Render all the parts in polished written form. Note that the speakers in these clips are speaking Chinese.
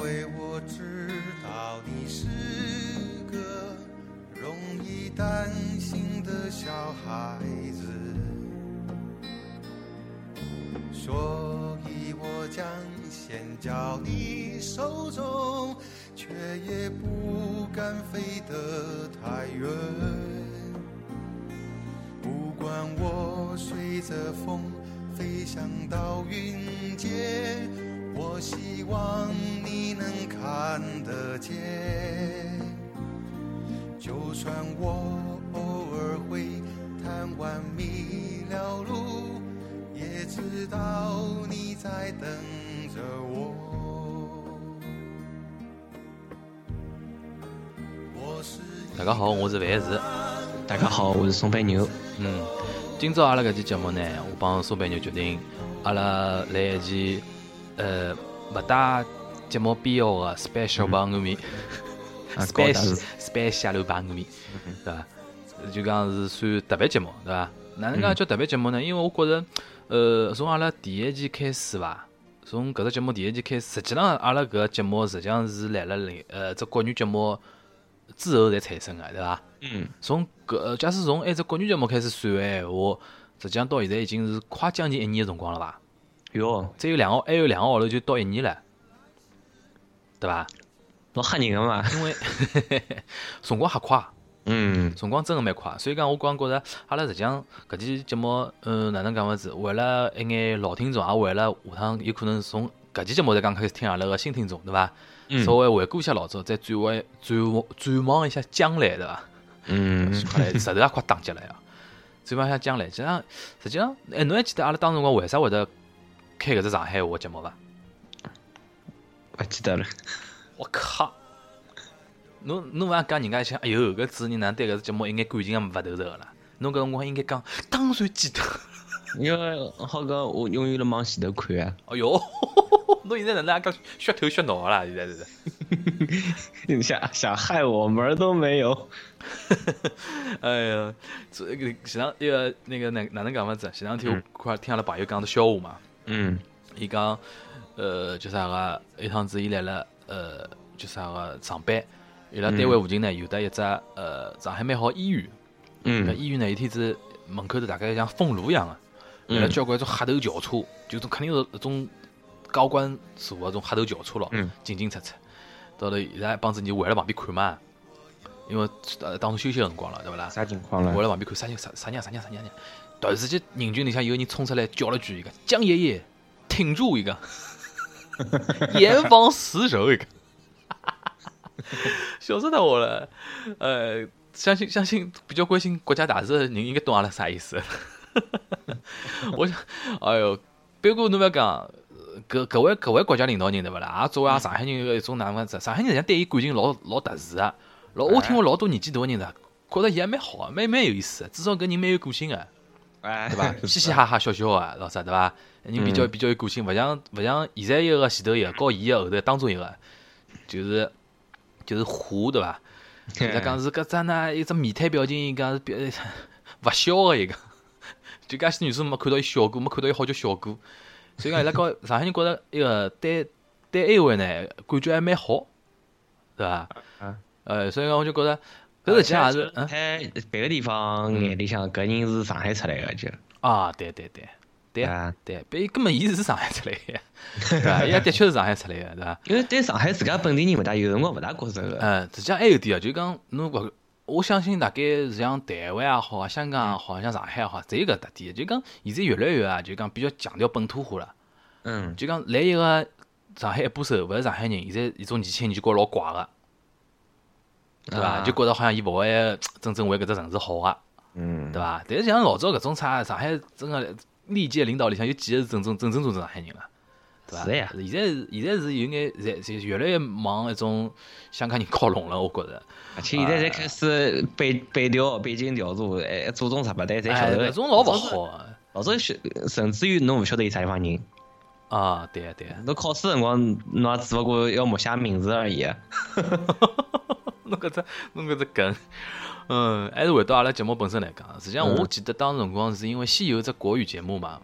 为我知道你是个容易担心的小孩子，所以我将线交你手中，却也不敢飞得太远。不管我随着风飞翔到云间，我希望你能看得见。就算我偶尔会贪玩迷了路，也知道你在等着我。 大家好，我是万事。 大家好，我是松板牛。 今朝阿拉搿期节目呢，我帮松板牛决定，阿拉来一期勿带节目编号的 special 番组 special 番组，对伐？就讲是算特别节目，对伐？哪能介叫特别节目呢？因为我觉着，从阿拉第一期开始伐，从搿只节目第一期开始，实际上阿拉搿节目实际上是来了这国语节目之后才产生的，对伐？从假使从只国语节目开始算个闲话，实际上到现在已经是快将近1年的辰光了伐？ 哟， 还有2个号头就到1年了，对伐？ 老吓人个嘛， 因为辰光瞎快，辰光真的蛮快，所以讲我觉着阿拉实际上搿期节目，哪能讲法子？为了一眼老听众，也为了下趟有可能从搿期节目才刚开始听阿拉个新听众，对伐？稍微回顾一下老早，再展望一下将来，对伐？快来，石头也快打结了呀！展望一下将来，实际上，侬还记得阿拉当时辰光为啥会得开搿只上海话节目伐？ 勿记得了。 我靠！侬勿要讲人家想，哎哟，搿主持人哪对搿只节目一眼感情也勿投入个啦？侬搿辰光应该讲，当然记得。 因为好讲，我永远辣往前头看啊。 哎哟，侬现在哪能讲血头血脑啦？现在是。 你想害我门儿都没有。 哎呀，前两那个哪能讲法子？前两天我快听阿拉朋友讲的笑话嘛。伊讲叫啥个？一趟子伊来了叫啥个上班？伊拉单位附近呢有得一只上海蛮好医院。搿医院呢有天子门口头大概像封路一样个，来了交关种黑头轿车，就肯定是那种高官坐个种黑头轿车咯，进出。到了伊拉帮子人围辣旁边看嘛，因为当中休息个辰光了，对勿啦？ 啥情况了？ 围辣旁边看啥人？突然之间人群里向有个人冲出来叫了句一个“江爷爷，挺住”一个，严防死守一个，笑死我了。相信比较关心国家大事的人应该懂阿拉啥意思。我想，哎哟，别过侬勿要讲。各位国家领导人对勿啦？也作为上海人的一种哪能子？上海人实际上对伊感情老特殊的。我听过老多年纪大的人的，觉得伊还蛮好，蛮有意思的。至少搿人蛮有个性的，对伐？嘻嘻哈哈笑笑的，老啥对伐？人比较有个性，勿像现在一个前头一个，和伊个后头当中一个，就是虎对伐？再讲是搿只呢一只面瘫表情，讲是勿笑的一个，就介些女生没看到伊笑过，没看到伊好叫笑过。所以讲，伊拉搞上海人觉得一个对安徽呢，感觉还蛮好，对伐？所以讲我就觉得，搿实际上也是， 别个地方眼里向搿人是上海出来的就。 对，根本伊是上海出来的，对伐？伊也的确是上海出来的，对伐？ 因为对上海自家本地人有辰光勿大觉着个。 实际上还有点啊，就讲侬勿。我相信大概像台湾也好，香港也好，像上海也好，侪有搿特点。就讲现在越来越就讲比较强调本土化了。就讲来一个上海一把手，勿是上海人，现在一种年轻人就觉老怪个，对伐？就觉得好像伊勿会真正为搿只城市好个，对伐？但是像老早搿种上海真个历届领导里向有几个是真正上海人了？对伐？ 是呀， 现在是有眼越来越往一种香港人靠拢了，我觉着。 而且现在才开始背景调查，祖宗十八代侪晓得。 搿种老勿好。 老早甚至于侬勿晓得伊啥地方人。 对。 侬考试辰光，侬也只不过要默写名字而已。 侬搿只梗，还是回到阿拉节目本身来讲。实际上，我记得当时辰光是因为先有只国语节目嘛。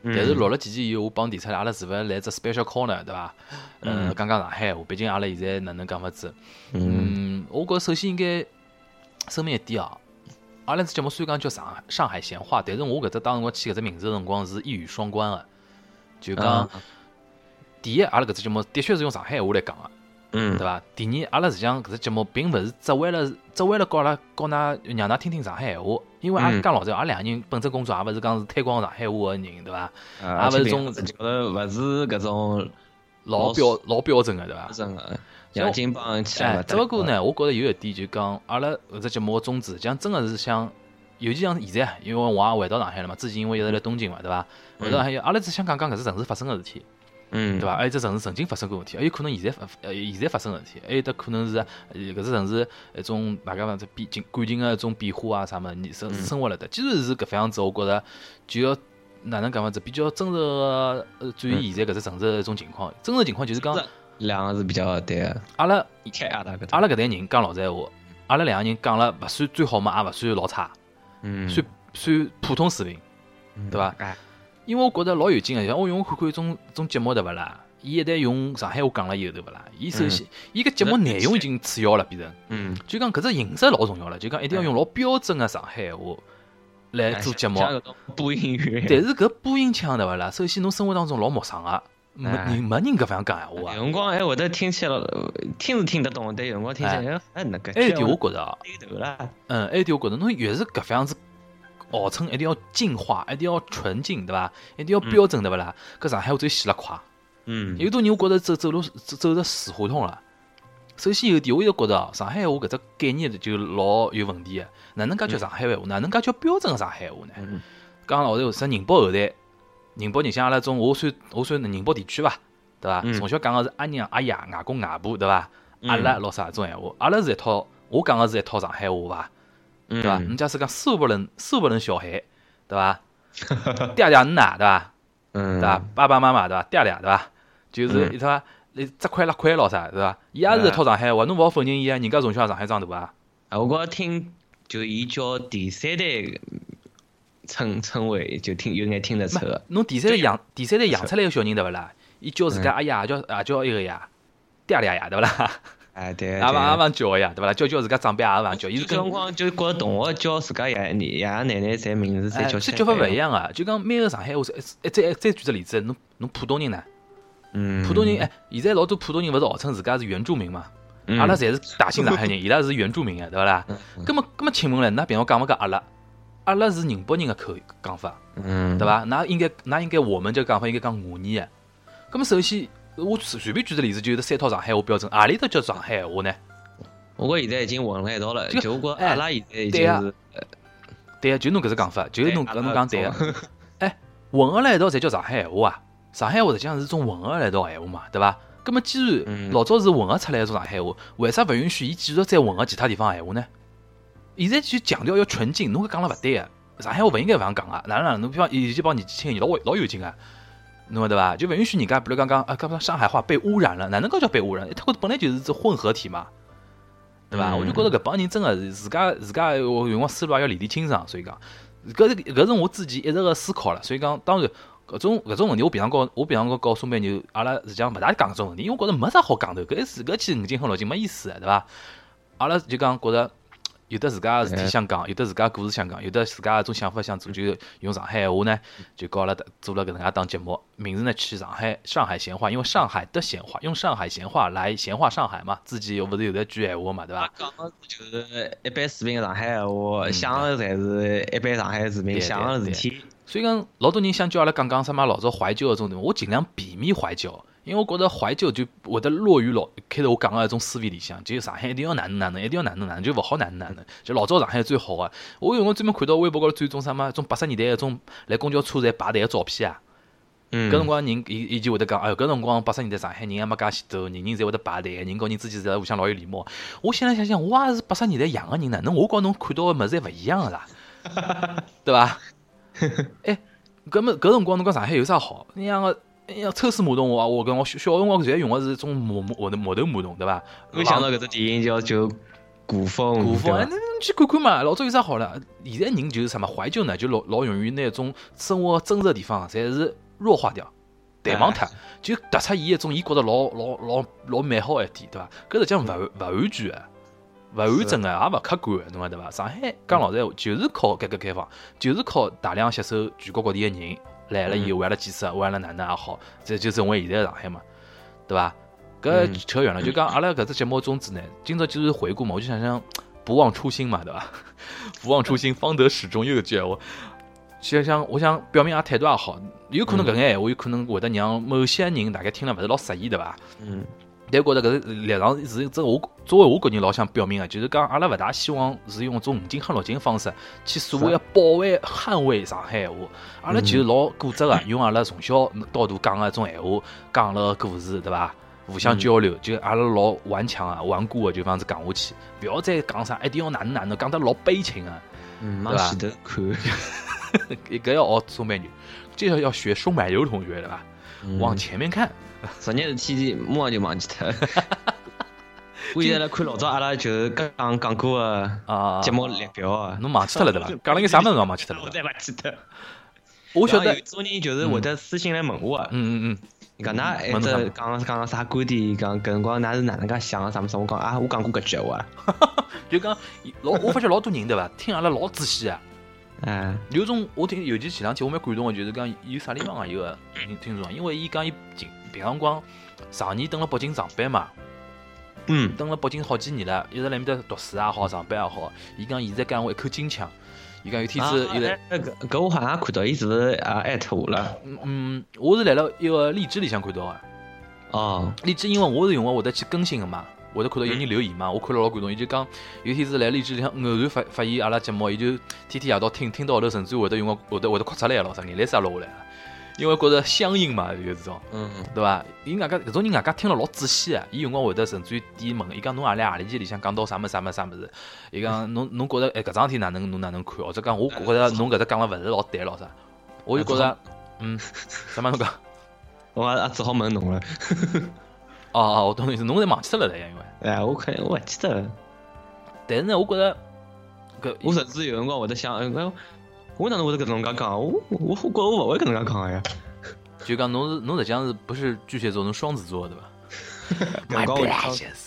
但是录了几期以后，我帮提出来，阿拉是勿是来只 special corner 对伐？讲讲上海话，毕竟阿拉现在哪能讲法子？我觉着首先应该声明一点啊，阿拉只节目虽然讲叫上海闲话，但是我搿只当辰光起搿只名字个辰光是一语双关个，就讲第一，阿拉搿只节目的确是用上海话来讲个。对伐？第二，阿拉实际上搿只节目并勿是只为了教㑚让㑚听听上海话，因为阿拉讲老实，阿拉两个人本质工作也勿是讲是推广上海话个人，对伐？也勿是种勿是搿种老标准个，对伐？ 真个杨金帮起来。只不过呢，我觉着有一点就讲，阿拉搿只节目个宗旨，讲真个是想，尤其像现在，因为我也回到上海了嘛，之前因为一直辣东京嘛，对伐？回到上海，阿拉只想讲讲搿只城市发生个事体。对伐？还有只城市曾经发生过问题，还有可能现在发生个事体，还有得可能是搿只城市一种大家讲这感情个一种变化啊啥么，生活了的。既然是搿副样子，我觉着就要哪能讲法子，比较真实个转移现在搿只城市的一种情况。真实情况就是讲两个是比较对个。 阿拉搿代人讲老实闲话，阿拉两个人讲了勿算最好嘛，也勿算老差，算普通水平，对伐？因为我觉得老有劲个，像我看看种节目对勿啦？伊一旦用上海话讲了以后对勿啦？伊首先伊个节目内容已经次要了，变成，就讲搿只形式老重要了，就讲一定要用老标准个上海话来做节目。 播音员。 但是搿播音腔对勿啦？首先侬生活当中老陌生个，没人搿方讲闲话啊。 有辰光会得听起来听是听得懂，但有辰光听起来那个。 还有点我觉着啊，还有点我觉着侬越是搿副样子。号称一定要净化，一定要纯净，对伐？一定要标准，对勿啦？搿上海话最死了快。有多人我觉着走路走着死胡同了。首先有点，我一直觉着上海话搿只概念就老有问题个。哪能介叫上海话？哪能介叫标准个上海话呢？讲老实话，是宁波后代，宁波人像阿拉种，我算宁波地区伐，对伐？从小讲个是阿娘阿爷、外公外婆，对伐？阿拉老啥种闲话？阿拉是一套，我讲个是一套上海话伐？对伐？你假使讲苏北人小孩，对伐？爹爹奶，对伐？对伐？爸爸妈妈，对伐？爹爹，对伐？就是一套只块辣块咯啥，对伐？伊也是一套上海话，侬勿好否认伊啊，人家从小上海长大啊。 我觉听就伊叫第三代称谓，就有眼听得出个。 侬第三代养出来个小人对勿啦？伊叫自家阿爷，也叫一个爷，爹爹爷，对勿啦？ 对， 也勿叫个呀，对伐啦？叫自家长辈也勿叫，伊是辰光就觉着同学叫自家爷爷奶奶侪名字侪叫起来。 叫法勿一样个，就讲每个上海话，再举只例子，侬浦东人呢？浦东人现在老多浦东人勿是号称自家是原住民嘛？阿拉侪是大姓上海人，伊拉是原住民个，对伐啦？葛么请问了，㑚凭我讲勿讲阿拉？阿拉是宁波人个讲法，对伐？㑚应该我们这个讲法应该讲我你个。葛么首先。我随便举个例子，就是三套上海话标准，何里头叫上海话呢？ 我觉现在已经混了一道了，就我觉阿拉现在已经是对啊，就侬搿只讲法，就是侬讲对个。混合了一道才叫上海话啊！上海话实际上是种混合了一道闲话嘛，对伐？葛么既然老早是混合出来一种上海话，为啥勿允许伊继续再混合其他地方闲话呢？现在就强调要纯净，侬搿讲了勿对个，上海话勿应该搿样讲个，哪能侬比方以前帮年纪轻人老有劲个。侬对伐？就勿允许人家，比如讲上海话被污染了，哪能叫被污染？它本来就是只混合体嘛，对伐？我就觉着搿帮人真个自家有辰光思路也要理清爽，所以讲搿是我之前一直个思考了。所以讲，当然搿种问题，我平常告孙班牛，阿拉实际上勿大讲搿种问题，因为我觉着没啥好讲头，搿期5斤和6斤没意思，对伐？阿拉就讲觉着。有的自家事体想讲，有的自家故事想讲，有的自家种想法想做，就用上海话呢，就搞了做了搿能介档节目，名字呢取上海闲话，因为上海的闲话，用上海闲话来闲话上海嘛，自己又勿是有得句闲话嘛，对伐？ 讲的就是一般市民上海闲话，想的侪是一般上海市民想的事体。 所以讲，老多人想叫阿拉讲什么老早怀旧搿种，我尽量避免怀旧。因为我觉得怀旧就会得落于开头我讲个一种思维里向，就上海一定要哪能，一定要哪能，就勿好哪能。就老早上海最好个，我有辰光专门看到微博高头转种什么，种80年代个种来公交车站排队个照片啊。搿辰光人以前会得讲，哎哟，搿辰光80年代上海人也没介许多，人侪会得排队，人和人之间侪互相老有礼貌。我现在想想，我也是80年代养个人哪能我跟侬看到个物事侪勿一样个啦，对伐？搿辰光侬讲上海有啥好？那样个。抽水马桶，我跟我小辰光侪用的是种木头马桶，对伐？ 我想到搿只电影叫《过古风， 古风，哎， 对吧那你去看看嘛，老早有啥好了？现在人就是啥嘛，怀旧呢，就老容易拿一种生活真实的地方，侪是弱化掉。淡忘脱，就突出伊一种，伊觉得老美好一点，对伐？搿实际上勿完全个，勿完整个，也勿客观个，侬讲对伐？上海讲老实闲话，就是靠改革开放，就是靠大量吸收全国各地个人来了以后，为阿拉建设，为阿拉哪能也好，这就成为现在个上海嘛，对伐？搿扯远了，就讲阿拉搿只节目宗旨呢，今朝就是回顾嘛，我就想不忘初心嘛，对伐？不忘初心，方得始终，又有句闲话。我想表明也态度也好，有可能搿眼闲话有可能会得让某些人大概听了勿是老适意，对伐？但觉得搿是立场是我作为我个人老想表明个，就是讲阿拉勿大希望是用种5斤黑6斤方式去所谓保卫捍卫上海闲话，阿拉就是老固执个，用阿拉从小到大讲个种闲话，讲了个故事，对伐？互相交流，就阿拉老顽强啊、顽固个，就方子讲下去，勿要再讲啥一定要哪能讲得老悲情个， 往前头看。 搿要学松柏牛，这要学松柏牛同学对吧？往前面看， 昨日事体马上就忘记脱。我现在来看老早阿拉就讲过个节目列表啊， 侬忘记脱了对伐？讲了个啥物事忘记脱了？ 我再忘记脱。 我晓得有种人就是会得私信来问我，伊讲㑚一直讲啥观点，讲搿辰光㑚是哪能介想啥物事？我讲啊，我讲过搿句话， 就讲我发觉老多人对伐？听阿拉老仔细啊。有种我听，尤其前两天我蛮感动的，就是讲有啥地方啊，有个听众，因为伊讲伊平常光常年蹲辣北京上班嘛，蹲辣北京好几年了，一直辣面搭读书也好，上班也好，伊讲现在讲我一口京腔，伊讲有天子伊来， 搿我好像看到伊是勿是艾特我了？ 我是来了一个荔枝里向看到的。荔枝因为我是用我会得去更新的嘛。会得看到有人留言嘛，我看了老感动。伊就讲有天是来荔枝里向偶然发现阿拉节目，伊就天天夜到听到后头，甚至会得用会得哭出来了，啥眼泪水落下来了，因为觉得乡音嘛，就是这种，对伐？伊外加搿种人外加听了老仔细啊，伊用光会得甚至于点问，伊讲侬何里集里向讲到啥物事，伊讲侬觉得搿桩事体哪能侬哪能看，或者讲我觉得侬搿只讲了勿是老对咯啥，我就觉得啥么侬讲， 我也只好问侬了。 我懂意思，侬侪忘记脱了因为。 我可能我记得了。 但是呢，我觉得我甚至有辰光会得想，我哪能会得搿能介讲？我觉得我勿会搿能介讲呀。 就讲侬实际上是不是巨蟹座，侬双子座对伐？My precious。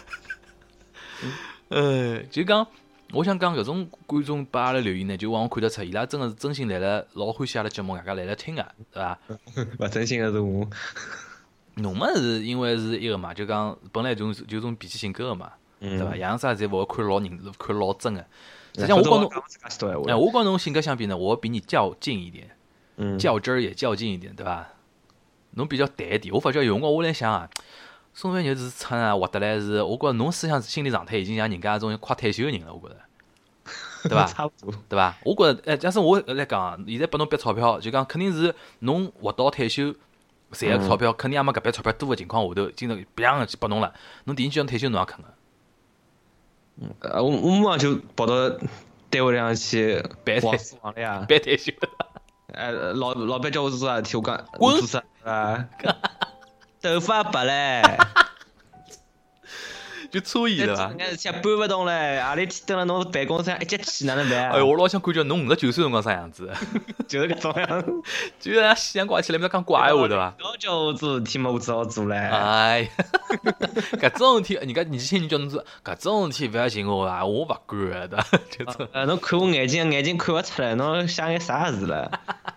就讲我想讲搿种观众把阿拉留言呢，就让我看得出，伊拉真的是真心来了，老欢喜阿拉节目，大家来听个，对伐？ 勿真心的是我。 侬嘛是因为是一个嘛，就讲本来就种脾气性格个嘛，对伐？样啥侪勿会看老真个。实际上我跟侬，我跟侬性格相比呢，我比你较劲一点，较真儿也较劲一点，对伐？侬比较淡一点。我发觉有辰光我来想啊，宋凡牛是撑啊，活得来是，我觉着侬思想心理状态已经像人家种快退休个人了，我觉着。对伐？ 差不多， 对伐？我觉着，假使我来讲，现在拨侬笔钞票，就讲肯定是侬活到退休。赚个钞票肯定也没搿笔钞票多个情况下头，今朝砰去拨侬了，侬第一句要退休侬也肯个。 我马上就跑到单位里向去办了呀， 办退休。 老板叫我做啥事体，我讲滚做啥啊？头发白嘞。 就错意了伐？ 眼事体搬勿动嘞，何里天等了侬办公室一节气哪能办？ 哎，我老想感觉侬59岁辰光啥样子， 就是搿种样， 就是像西洋怪起来，没讲怪闲话对伐？ 要叫我做事体嘛，我只好做嘞。 哎，搿种事体，人家年轻人叫侬做，搿种事体勿要寻我啊，我勿管的。就侬看我眼睛看勿出来，侬想眼啥事了？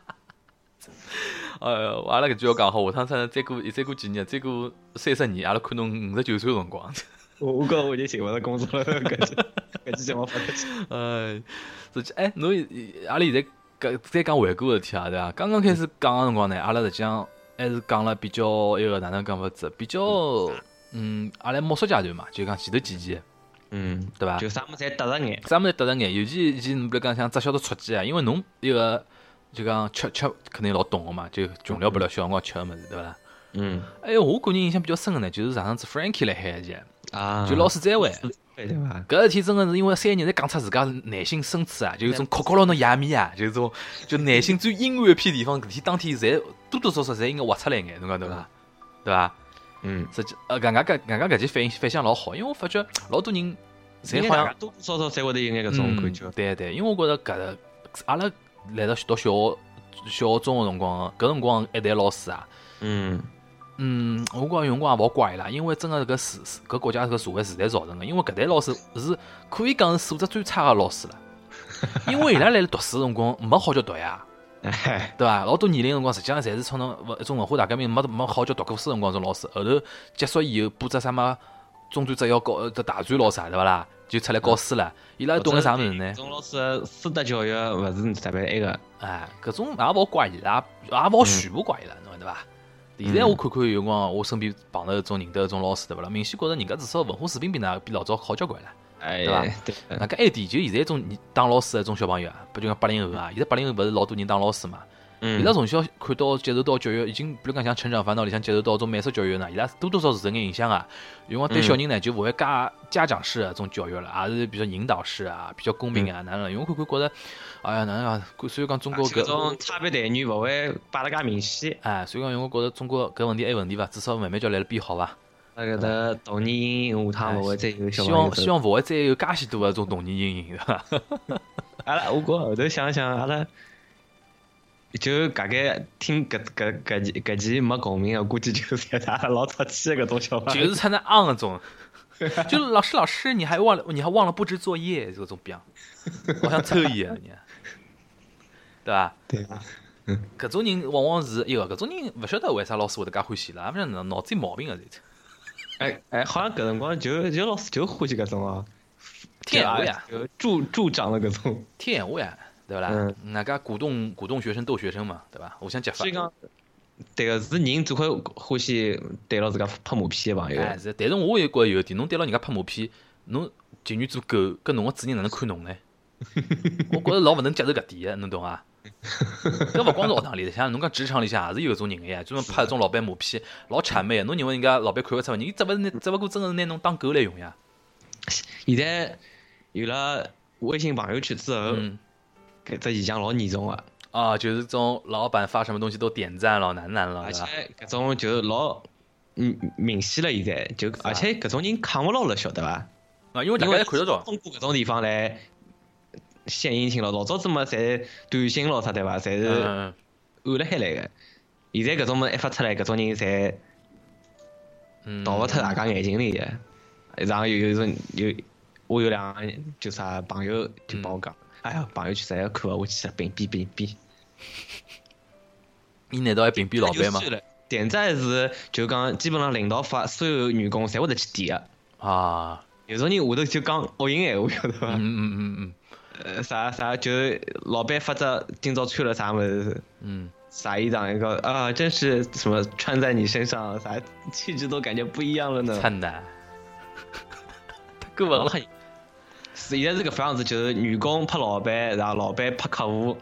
阿拉搿句要讲好，下趟再过几年，再过30年，阿拉看侬59岁辰光。 我觉我已经寻勿着工作了，搿期节目发出去。 实际侬阿拉现在再讲回顾个事体啊，对伐？刚刚开始讲个辰光呢，阿拉实际上还是讲了比较一个哪能讲法子，比较阿拉摸索阶段嘛，就讲前头几期，对伐？ 就啥物事侪得着眼， 啥物事得着眼，尤其侬比如讲像只晓得出击啊，因为侬一个就讲吃肯定老懂个嘛，就穷了不了小辰光吃个物事，对伐？我个人印象比较深个呢，就是上次 Frankie 来海一集。就老师再会， 对伐？ 搿事体真个是因为3个人侪讲出自家内心深处啊，就有种哭牢侬夜面啊，就是种就内心最阴暗一片地方，搿天当天侪多多少少侪应该挖出来眼，侬讲对伐？对伐？实际搿期反响老好，因为我发觉老多人侪好像多多少少侪会得有眼搿种感觉。 对，因为我觉着阿拉来到读小学、中学辰光，搿辰光一代老师啊，我觉用光也勿好怪伊拉，因为真个搿国家搿社会时代造成个，因为搿代老师是可以讲是素质最差个老师了，因为伊拉来读书辰光没好叫读呀。对伐？老多年龄辰光，实际上侪是从一种文化大革命没好叫读过书辰光，种老师后头结束以后补只啥么中专、职校、大专老师，对伐啦？就出来教书了。伊拉懂个啥物事呢？ 种老师师德教育勿是特别个。 搿种也勿好怪伊拉，也勿好全部怪伊拉，侬对伐？现在我看看有辰光，我身边碰到种认得种老师，对勿啦？明显觉着人家至少文化水平比老早好交关了。对伐？那搿一点就现在种当老师的种小朋友啊，不就讲80后啊？现在80后勿是老多人当老师嘛？伊拉从小看到接受到教育，已经比如讲像成长烦恼里向接受到种美式教育呢，伊拉多多少少受眼影响啊。有辰光对小人呢就勿会家长式的种教育了，也是比较引导式啊，比较公平啊，哪能？因为看看觉着，哎呀，哪能啊？虽然讲中国搿种差别待遇勿会摆得介明显。 所以讲，因为我觉着中国搿问题还问题伐，至少慢慢叫来了变好伐。 搿个童年阴影下趟勿会再有小朋友。 希望勿会再有介许多的种童年阴影，对伐？ 阿拉我觉后头想想，阿拉就大概听搿期没共鸣的，估计就是阿拉老早期的搿种小朋友， 就是才能那种，就老师，你还忘了布置作业这种病，好像抽伊啊，对伐？ 对啊。 搿种人往往是搿种人勿晓得为啥老师会得介欢喜啦，反正脑子有毛病个这。 好像搿辰光就老师就欢喜搿种哦， 天眼呀， 助长了搿种天眼呀，对勿啦？大家鼓动学生斗学生嘛，对伐？互相激发。 所以讲，迭个是人最会欢喜对牢自家拍马屁的朋友。 是，但是我也觉着有一点，侬对牢人家拍马屁，侬情愿做狗，搿侬个主人哪能看侬呢？我觉着老勿能接受搿点个，侬懂伐？搿勿光是学堂里，像侬讲职场里向也是有搿种人个呀，专门拍种老板马屁，老谄媚个。侬认为人家老板看勿出，人只勿过真个是拿侬当狗来用呀。 现在有了微信朋友圈之后，搿只现象老严重个。 就是种老板发什么东西都点赞了，难了， 而且搿种就老明显了，现在就而且搿种人扛勿牢了，晓得伐？ 因为大家看得到， 通过搿种地方来献殷勤了，老早子嘛侪短信咯啥对伐？侪是按了海来个。现在搿种么一发出来，搿种人侪逃勿脱大家眼睛里个。然后我有两个就啥朋友就帮我讲，哎呀，朋友圈侪要看我去了，屏蔽。 你难道还屏蔽老板吗？ 点赞是就讲基本上领导发所有员工侪会得去点个。 有种人下头就讲恶言闲话，晓得伐？啥就是老板发着今朝穿了啥物事，啥衣裳一个真是什么穿在你身上，啥气质都感觉不一样了呢。 惨的，太过分了。 现在这个样子就是员工拍老板，然后老板拍客户，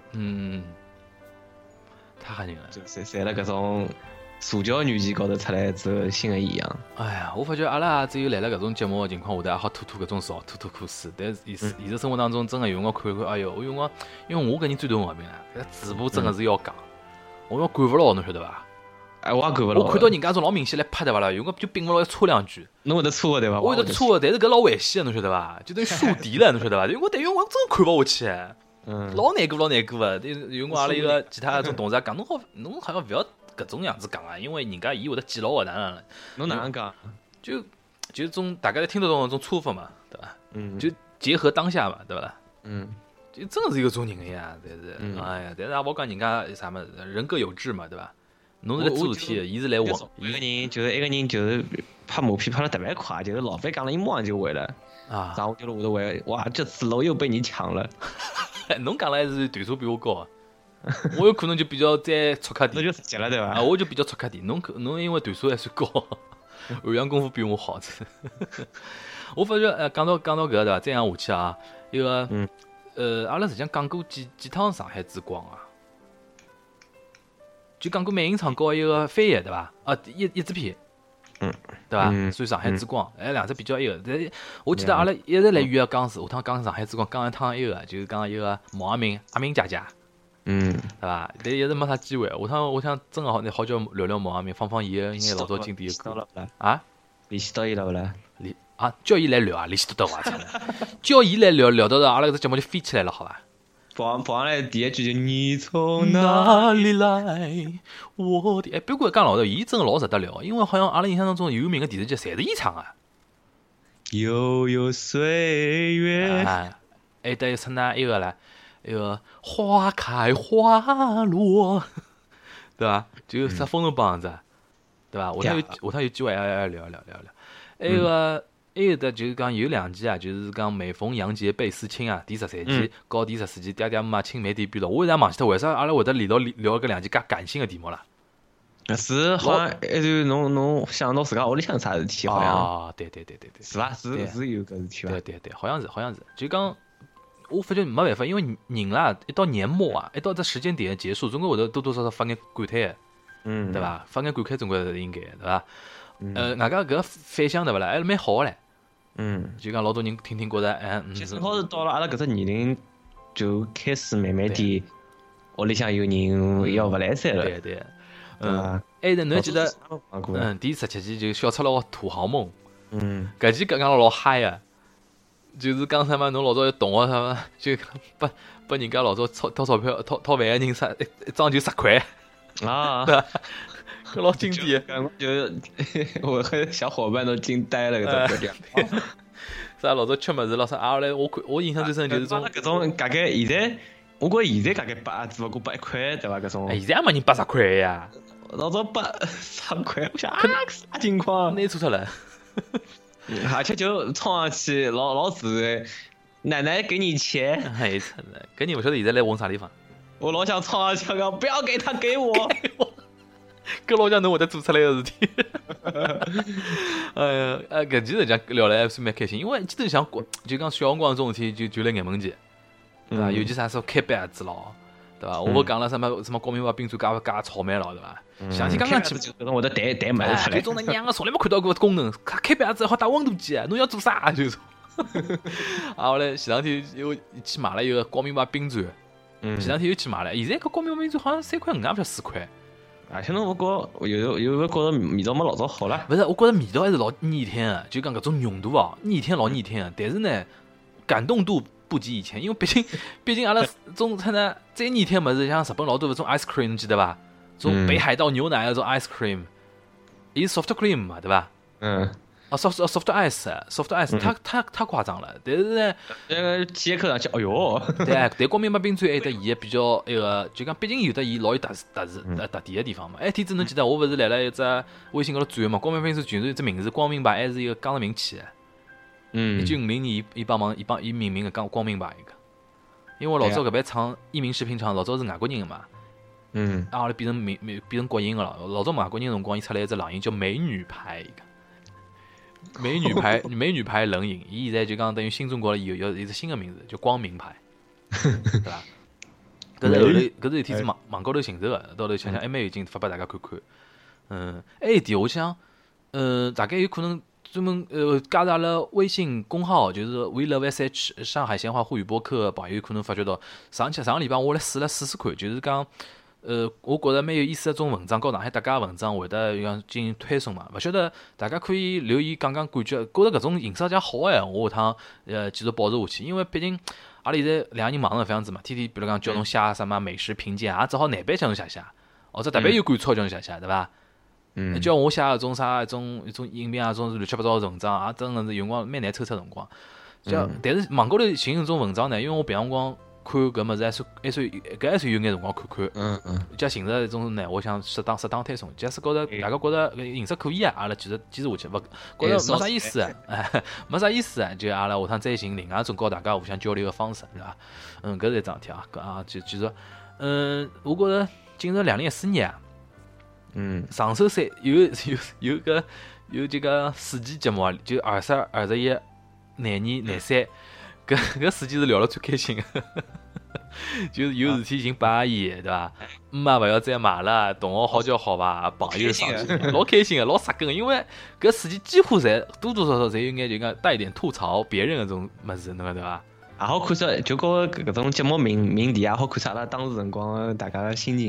太吓人了。 就在了搿种社交软件高头出来之后新的异样。 哎呀，我发觉阿拉只有来了搿种节目的情况下头，也好吐搿种槽，吐苦水。但是现实生活当中，真的有辰光看看，哎哟，我有辰光，因为我搿人最大毛病了，搿嘴巴真的是要讲，我要管勿牢，侬晓得伐？ 我也管勿牢。 我看到人家种老明显来拍对伐啦，有辰光就并勿牢要插两句。 侬会得插个对伐？ 我会得插个，但是搿老危险个，侬晓得伐？就等于树敌了，侬晓得伐？因为我真看勿下去。老难过个。有辰光阿拉一个其他种同事讲，侬好像勿要搿种样子讲啊，因为人家伊会得记牢个，哪能？ 侬哪能讲？ 就种大家听得懂种错法嘛，对伐？就结合当下嘛，对伐啦？就真的是有种人个呀，但是，哎呀，但是也勿讲人家啥么，人各有志嘛，对伐？侬是来做事体，伊是来玩。 一个人就是拍马屁拍得特别快，就是老板讲了一模就回了然后就我都回，哇，这次楼又被你抢了。 侬讲了还是段数比我高，我有可能就比较再粗刻点。 那就直接了对伐？ 我就比较粗刻点，侬因为段数还算高，暗阳功夫比我好。我发觉讲到搿对伐？再讲下去啊，一个阿拉实际上讲过几趟上海之光啊。就讲过美影厂搞一个翻译对伐？一支片，对伐？算上海之光，两只比较一个。但是我记得阿拉一直来预讲是下趟讲上海之光，讲一趟一个，就是讲一个毛阿明姐姐，对伐？但一直没啥机会。下趟我想真个好叫聊聊毛阿明，放伊个应该老早经典的歌联系到伊了勿啦？ 啊，叫伊来聊啊，联系得到话题了，叫伊来聊到阿拉搿只节目就飞起来了，好伐？ 播上来第一句就你从哪里来？我的不过讲老实，伊真老值得聊，因为好像阿拉印象当中有名个电视剧侪是伊唱啊。 悠悠岁月。 还得出那一个唻，一个花开花落，对伐？就啥风筝帮子，对伐？下趟有机会要聊。还有的就是讲有两集啊，就是讲每逢洋节倍思亲啊，第13集和第14集，爹爹妈妈青梅地比了。我现在忘记脱为啥阿拉会得连到聊搿两集介感性个题目了。 是好像就侬想到自家屋里向啥事体，好像。 啊，对， 是伐？是有搿事体伐？ 对，好像是，就讲。我发觉没办法，因为人啦，一到年末啊，一到这时间点结束，总归会得多多少少发眼感慨的，对伐？发眼感慨总归是应该的，对伐？外加搿反响对勿啦？还蛮好的唻。就讲老多人听觉着， 其实正好是到了阿拉搿只年龄，就开始慢慢点，屋里向有人要勿来三了。 对伐？ 还是侬记得，第17集就小赤佬土豪梦，搿集讲老嗨啊！就是讲啥嘛，侬老早有同学啥嘛，就拨人家老早掏钞票掏饭个人啥一张就10块啊， 对伐？搿老经典。 就我和小伙伴都惊呆了，搿种表啥老早吃物事老啥啊？后来我印象最深就是搿种大概现在，我觉现在大概拨只勿过拨1块，对伐？搿种现在也没人拨10块呀， 老早拨3块，我想啥情况？ 拿错脱了。 而且就冲上去老自然，奶奶给你钱， 哎，真的，搿人勿晓得现在来往啥地方。 我老想冲上去讲，不要给他，给我。 搿老像侬会得做出来个事体。哎呀，搿期实际上聊了还是蛮开心，因为记得像就讲小辰光这种事体就来眼门前，对伐？尤其啥时候开板子咯，对伐？我勿讲了什么光明牌冰水加炒饭咯，对伐？想起刚刚去就搿种会得弹物事出来， 搿种娘个从来没看到过功能，开板子好打温度计啊！侬要做啥就是。啊，后来前两天又去买了一个光明牌冰砖，前两天又去买了，现在搿光明牌冰砖好像3块5，也勿晓得4块。 而且侬勿觉有个觉着味道没老早好了？ 勿是，我觉着味道还是老腻天个，就讲搿种浓度哦，腻天老腻天个，但是呢，感动度不及以前，因为毕竟阿拉种出呢再腻天物事，像日本老多搿种 ice cream， 侬记得伐？种北海道牛奶那种 ice cream， 伊 soft cream 嘛，对吧？soft ice，太夸张了。但是呢， 体验课上去，哎哟， 对，但光明牌冰砖还得伊比较那个，就讲毕竟有的伊老有特点的地方嘛。天子侬记得我勿是来了一只微信高头转嘛？光明牌冰砖全是一只名字，光明牌还是一个江泽民起的。1950年伊命名个光明牌一个，因为老早搿爿厂一鸣食品厂老早是外国人个嘛。后来变成国营个了。老早外国人辰光，伊出来一只冷饮叫美女牌一个，美女牌冷饮，伊现在就讲等于新中国有一只新的名字叫光明牌，对伐？搿是后头搿是一天是网高头寻着个，到头想想还蛮有劲，发拨大家看看。还有一点，我想，大概有可能专门加入阿拉微信公号，就是 We Love SH 上海闲话沪语播客，朋友可能发觉到上个礼拜我来试看，就是讲。我觉着蛮有意思的种文章，和上海搭界文章会得像进行推送嘛。勿晓得大家可以留言讲感觉，觉着搿种形式介好个，我下趟继续保持下去。因为毕竟阿拉现在两个人忙成搿样子嘛，天天比如讲叫侬写什么美食评鉴，也只好难版叫侬写，或者特别有感触叫侬写，对伐？叫我写搿种啥一种影片啊，种乱七八糟的文章，也真个是用光蛮难抽出辰光。但是网高头寻搿种文章呢，因为我平常辰光。看搿物事还算有眼辰光看，加寻着一种呢，我想适当推送。假使觉着大家觉着搿形式可以啊，阿拉继续下去，勿觉着没啥意思啊，没啥意思啊，就阿拉下趟再寻另外一种和大家互相交流个方式，对伐？搿是一桩事体啊，就继续。我觉着进入2014年啊，上周三有这个4期节目啊，就20、21、廿2、廿3。搿时间是聊了最开心的，就是有事体寻八阿姨，对伐？勿要再买了，同学好叫好伐？朋友上去，老开心的，老杀根的。因为搿时间几乎侪多多少少侪有眼就讲带一点吐槽别人搿种物事，侬对伐？ 也好看出，就搿种节目名题也好看出阿拉当时辰光大家的心情。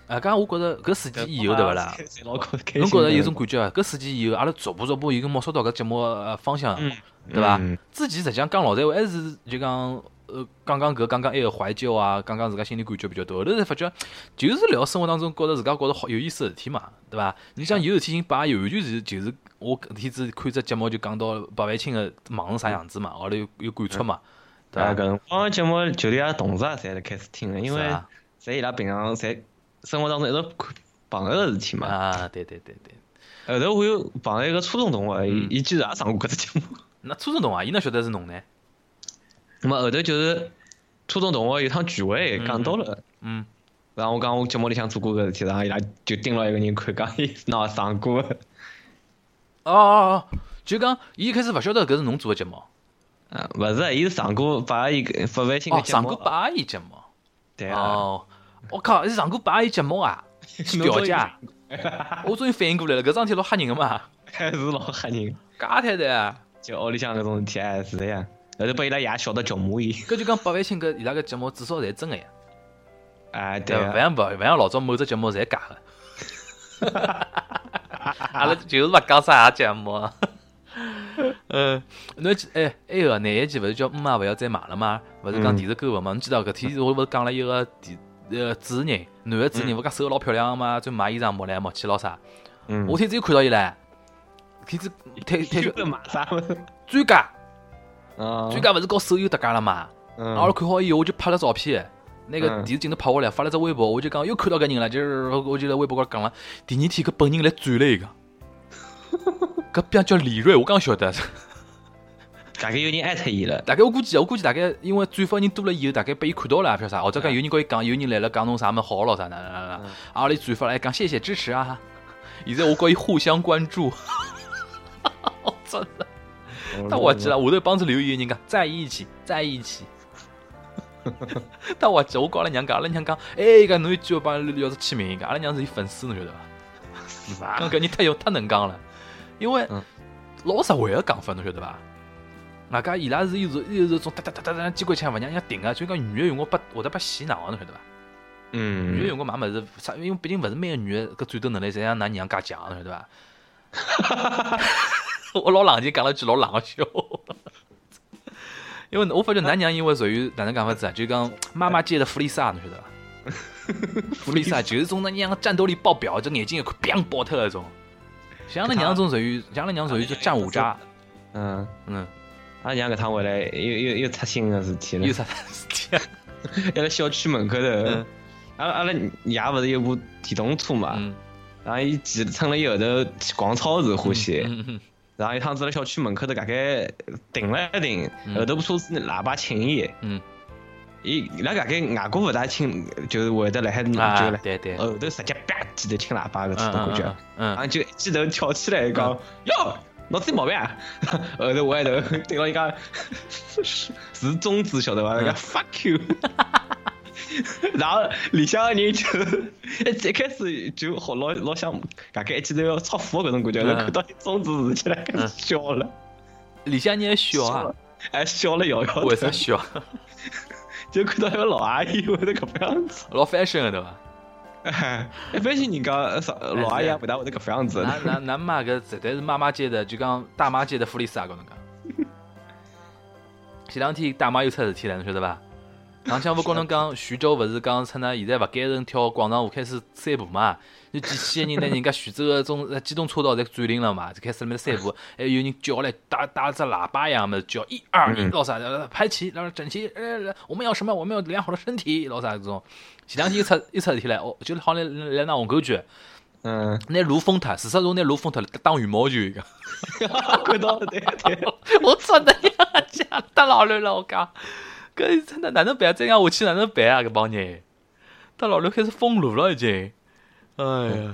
刚刚我觉着搿4季以后对勿啦？侬觉着有种感觉伐？搿4季以后，阿拉逐步有跟摸索到搿节目方向，对伐？之前实际上讲老实闲话，还是就讲讲埃个怀旧啊，讲自家心里感觉比较多。后头才发觉，就是聊生活当中觉得好有意思个事体嘛，对伐？你像有事体寻摆，完全是就是我搿天子看只节目就讲到白万青个忙成啥样子嘛，后头有感触嘛，对伐？ 搿辰光节目就连阿拉同事也侪辣开始听了，因为侪伊拉平常侪生活当中一直碰到个事体嘛。 啊，对。 后头我又碰到一个初中同学，伊居然也上过搿只节目。 那初中同学，伊哪晓得是侬呢？ 那么后头就是初中同学有趟聚会讲到了，然后我讲我节目里向做过搿事体，然后伊拉就盯牢一个人看，讲伊喏上过。 就讲伊一开始勿晓得搿是侬做个节目。 勿是，伊是上过白阿姨发微信个节目。 上过白阿姨节目。 对啊。 我靠，伊上过白阿姨节目啊！表姐，我终于反应过来了，搿桩事体老吓人个嘛。 还是老吓人。 假太太啊！ 就屋里向搿种事体，是的呀。后头把伊拉爷笑得叫麻伊。 搿就讲白万青搿伊拉个节目至少侪真个呀。 对。 勿像老早某只节目侪假个。阿拉就是勿讲啥节目。侬埃个哪一集勿是叫妈勿要再买了吗？勿是讲电视购物嘛？侬记得搿天我勿是讲了一个主持人，男个主持人，勿讲手老漂亮嘛，就买衣裳摸来摸去咾啥？我天子又看到伊唻，天子退休买啥物事？ 专家，专家勿是搞手游搭界了嘛？阿拉看好以后，我就拍了照片，那个电视镜头拍下来，发了只微博，我就讲又看到搿人了，就是我就在微博高头讲了，第2天搿本人来转了一个。搿边叫李锐，我刚晓得。 大概有人艾特伊了。 大概我估计大概因为转发人多了以后，大概被伊看到了，晓得啥？或者讲有人跟伊讲，有人来了讲侬啥么好咯啥哪，阿拉转发来讲谢谢支持啊。现在我跟伊互相关注。真的。但我记得下头帮助留言人讲在一起。但我记得我跟阿拉娘讲，搿侬有机会帮要是签名，阿拉娘是伊粉丝，侬晓得伐？讲搿人太能讲了。因为老实惠个讲法，侬晓得伐？外加伊拉是有种哒机关枪勿让人顶个，就讲女个用光会得被洗脑个，侬晓得伐？女个用光买物事，因为毕竟勿是每个女个搿战斗能力侪像㑚娘介强，侬晓得伐？我老冷静讲了句老冷个笑话。因为我发觉㑚娘因为属于哪能讲法子啊？就讲妈妈界的弗利萨，侬晓得伐？弗利萨就是种那娘战斗力爆表，这眼睛一看砰爆脱那种。像阿拉娘种属于就战五渣。阿拉娘搿趟回来又出新个事体了。又啥事体啊？在辣小区门口头，阿拉爷勿是有部电动车嘛？然后伊趁了伊后头去逛超市欢喜。然后一趟子辣小区门口头大概停了一停，后头部车子喇叭轻伊。伊拉大概外国勿大轻，就是会得辣海就辣后头直接吧记头轻喇叭个这种感觉，然后就一记头跳起来讲哟，脑子有毛病啊！后头我还头对牢伊讲是中指晓得伐？讲 fuck you。然后里向个人就一开始就好老想大概一记头要超火搿种感觉，看到伊中指竖起来开始笑了。里向人还笑啊？还笑了摇摇头。为啥笑？就看到一个老阿姨会得搿副样子，老 fashion 的对伐？一般性人家老阿姨也不大会得搿副样子。咱妈搿绝对是妈妈界的，就讲大妈界的弗利萨，搿能讲。前两天大妈又出事体了，侬晓得伐？上腔勿跟侬讲，徐州勿是讲趁㑚现在勿改成跳广场舞开始散步嘛？有几千个人拿人家徐州个种机动车道侪占领了嘛，就开始辣面散步，还有人叫来打只喇叭一样么叫1、2、1，老啥排齐，然后整齐，我们要什么？我们要良好的身体，老啥这种。前两天又出事体来，就好像来拿虹口区，拿路封脱，事实上拿路封脱打羽毛球一个。看到对，我真的呀，家打老乱了，我讲。搿真的哪能办？这样下去哪能办啊？搿帮人，到老刘开始封路了已经。哎呀，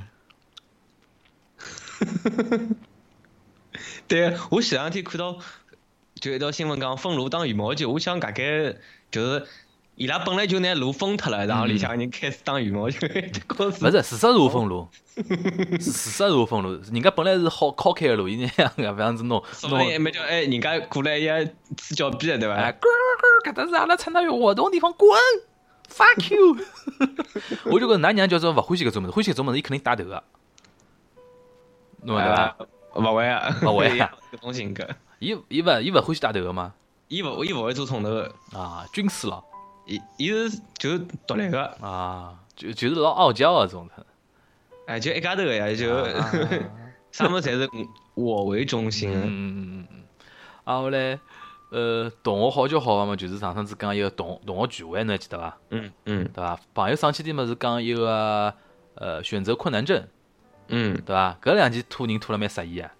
对，我前两天看到就一条新闻讲封路打羽毛球，我想大概就是伊拉本来就拿路封脱了，然后里向人开始打羽毛球。勿是，事实是我封路，事实是我封路，人家本来是好靠开个路，伊那样搿样子弄，所以没叫人家过来也吃脚皮对伐？搿搭是阿拉趁那有活动地方滚， fuck you， 我就觉㑚娘叫做勿欢喜搿种物事，欢喜搿种物事，伊肯定带头个，侬晓得伐？ 勿会啊， 勿会啊， 搿种性格。 伊勿欢喜带头个嘛？ 伊勿会做冲头个。 啊，军师咯。 伊是就是独立个。 啊，就是老傲娇个种。 哎，就一家头个呀，就啥物事侪是我为中心个。 啊，后来同学好叫好个嘛，就是上趟子讲一个同学聚会，侬还记得伐？对伐？朋友生气点嘛是讲一个选择困难症，对伐？搿两件拖人拖了蛮适意啊。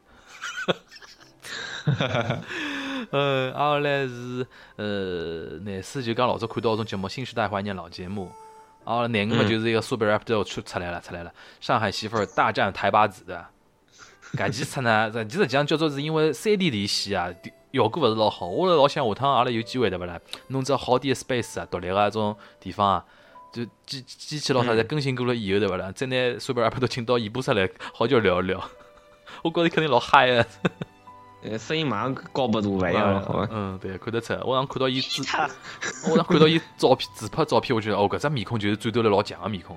后来是廿四就讲老早看到种节目《新时代怀念老节目》，廿五嘛就是一个苏北 rap 都出来了，上海媳妇儿大战台巴子的，搿几出呢，实际上叫做是因为3D 连线啊，效果勿是老好。我老想下趟阿拉有机会对勿啦，弄只好点的 space 啊，独立个种地方啊，就机器老啥侪更新过了以后对勿啦，再拿苏北 rap 都请到演播室来，好叫聊一聊。我觉着肯定老嗨个。 声音马上高八度勿一样了，好吧？对，看得出。我上看到伊照片自拍照片，我觉得搿只面孔就是战斗力老强个面孔。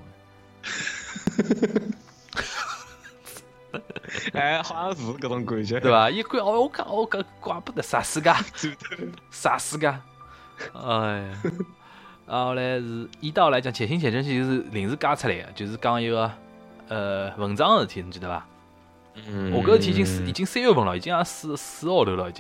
哎，好像是搿种感觉， 对伐？伊看我讲搿怪不得啥世界，啥世界？哎呀，后来是一道来讲，且行且珍惜就是临时加出来个，就是讲一个文章个事体，侬记得伐？我搿事体已经3月份了，已经也4号头了，已经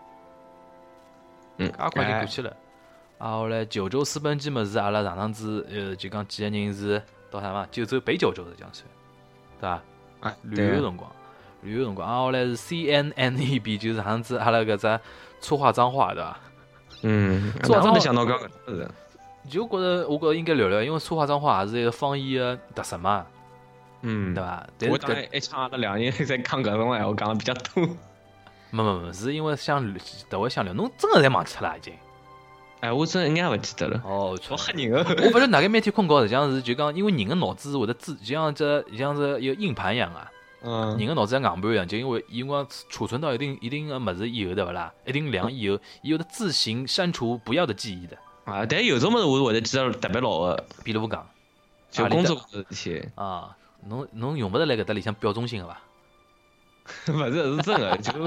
是。介快就过去了。后来九州私奔机么是阿拉上趟子就讲几个人是到啥嘛？九州北九州的江水，对伐？旅游辰光。后来是 CNNEB， 就是上趟子阿拉搿只粗话脏话，对伐？ 粗话脏话想到搿个是。 就觉得应该聊聊，因为粗话脏话也是一个方言的特色嘛。对伐？ 我当一场阿拉两人在讲搿种闲话讲了比较多。 没，是因为特别想聊，侬真的侪忘记脱了已经。 哎，我真一眼勿记得了。 我吓人个。 我勿晓得哪个每天困觉，实际上是就讲，因为人的脑子会得就像这一个硬盘一样啊。人的脑子像硬盘一样，就因为伊光储存到一定的物事以后，对勿啦？一定量以后，伊有的自行删除不要的记忆的。 但有种物事我会得记得特别牢个， 比如讲， 就工作事体啊。侬用勿着来搿搭里向表忠心个伐？ 勿是真个，就